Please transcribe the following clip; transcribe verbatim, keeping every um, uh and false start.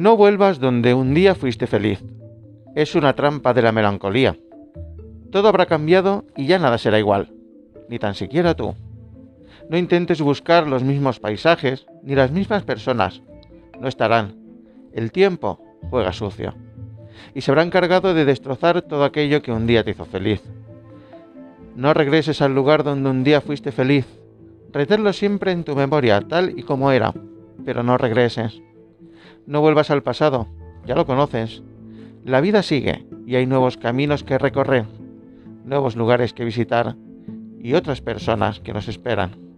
No vuelvas donde un día fuiste feliz. Es una trampa de la melancolía. Todo habrá cambiado y ya nada será igual, ni tan siquiera tú. No intentes buscar los mismos paisajes, ni las mismas personas. No estarán. El tiempo juega sucio. Y se habrá encargado de destrozar todo aquello que un día te hizo feliz. No regreses al lugar donde un día fuiste feliz. Reténlo siempre en tu memoria, tal y como era, pero no regreses. No vuelvas al pasado, ya lo conoces. La vida sigue y hay nuevos caminos que recorrer, nuevos lugares que visitar y otras personas que nos esperan.